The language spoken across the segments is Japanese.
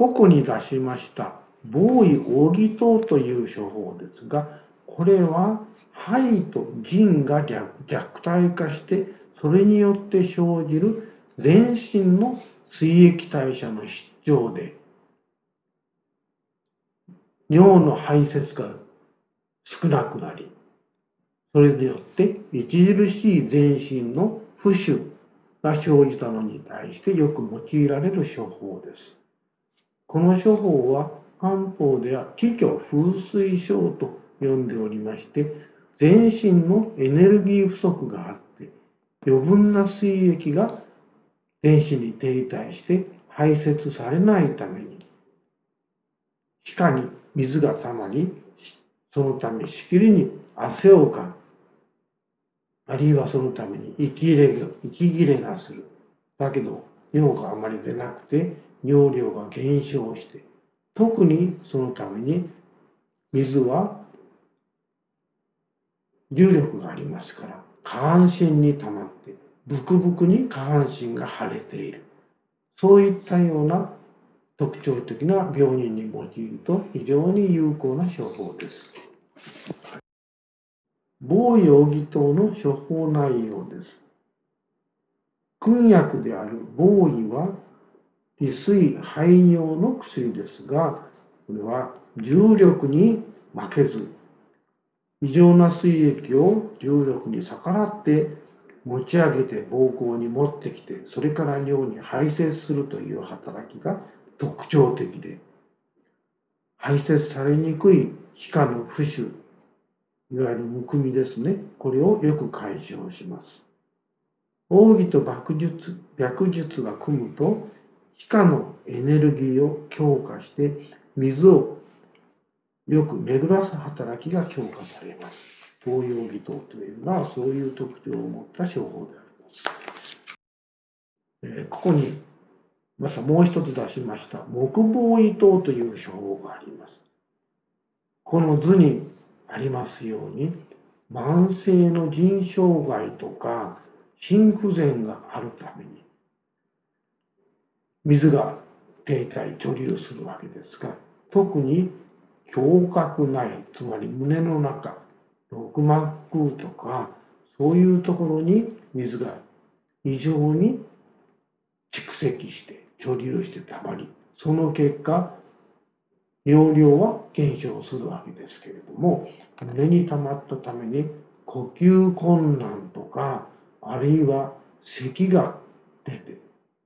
ここに出しました防衛奥義湯という処方ですが、これは肺と腎が弱体化して、それによって生じる全身の水液代謝の失調で、尿の排泄が少なくなり、それによって著しい全身の浮腫が生じたのに対してよく用いられる処方です。この処方は漢方では気虚風水症と呼んでおりまして、全身のエネルギー不足があって、余分な水液が全身に停滞して排泄されないために、皮下に水がたまり、そのためしきりに汗をかく。あるいはそのために息切れがする。だけど尿があまり出なくて尿量が減少して、特にそのために水は重力がありますから、下半身に溜まってブクブクに下半身が腫れている。そういったような特徴的な病人に用いると非常に有効な処方です。防衛奥義湯の処方内容です。君薬である防衛は利水排尿の薬ですが、これは重力に負けず、異常な水液を重力に逆らって持ち上げて膀胱に持ってきて、それから尿に排泄するという働きが特徴的で、排泄されにくい皮下の浮腫、いわゆるむくみですね、これをよく解消します。奥義と白術が組むと、皮下のエネルギーを強化して水をよく巡らす働きが強化されます。防衛奥義湯というのはそういう特徴を持った処方であります。ここにまたもう一つ出しました木防衛湯という処方があります。この図にありますように、慢性の腎障害とか心不全があるために水が停滞貯留するわけですが、特に胸郭内、つまり胸の中、肋膜とかそういうところに水が異常に蓄積して貯留してたまり、その結果尿量は減少するわけですけれども、胸に溜まったために呼吸困難とか、あるいは咳が出て、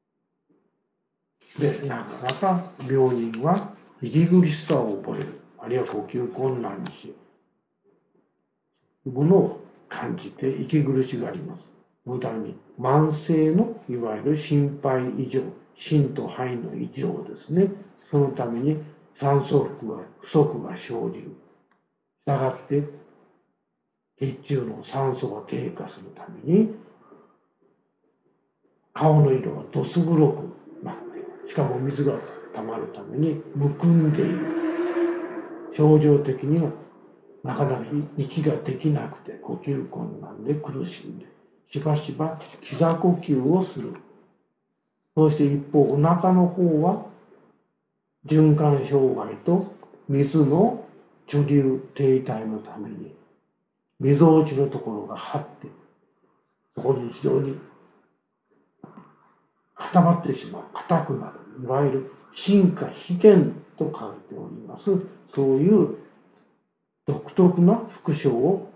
でなかなか病人は息苦しさを覚える、あるいは呼吸困難にし、ものを感じて息苦しがります。そのために慢性のいわゆる心肺異常、心と肺の異常ですね。そのために酸素不足が生じる。したがって血中の酸素が低下するために顔の色がどす黒くなって、しかも水が溜まるためにむくんでいる。症状的にはなかなか息ができなくて呼吸困難で苦しんで、しばしば膝呼吸をする。そして一方お腹の方は循環障害と水の貯留停滞のためにみぞおちのところが張って、そこに非常に固まってしまう、硬くなる、いわゆる心下飛剣と書いております。そういう独特な副症を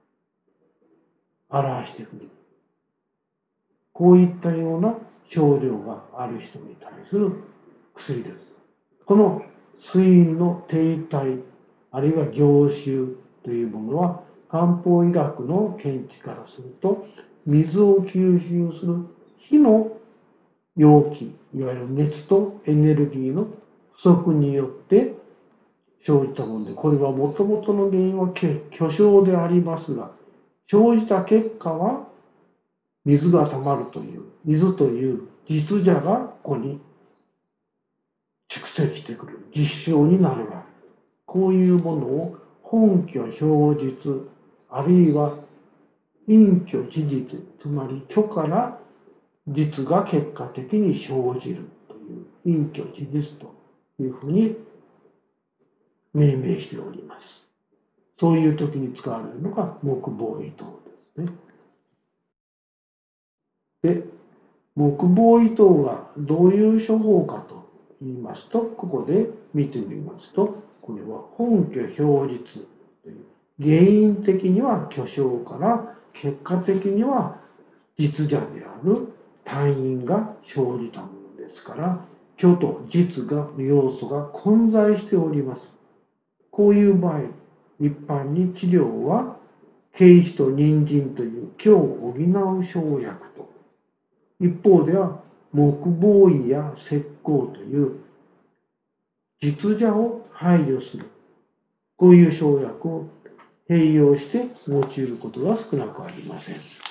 表してくる。こういったような症状がある人に対する薬です。この水陰の停滞、あるいは凝集というものは、漢方医学の見地からすると、水を吸収する火の容器、いわゆる熱とエネルギーの不足によって生じたもので、これはもともとの原因は虚症でありますが、生じた結果は水が溜まるという、水という実邪がここに蓄積してくる、実証になるわけ。こういうものを本拠表実、あるいは隠居事実、つまり虚から実が結果的に生じるという隠居事実というふうに命名しております。そういう時に使われるのが木防伊藤ですね。で、木防伊藤がどういう処方かと言いますと、ここで見てみますと、これは本拠表実という、原因的には巨匠から結果的には実者である単因が生じたものですから、虚と実が要素が混在しております。こういう場合、一般に治療は桂枝と人参という虚を補う生薬と、一方では木防伊や石膏という実者を配慮する、こういう生薬を併用して用いることが少なくありません。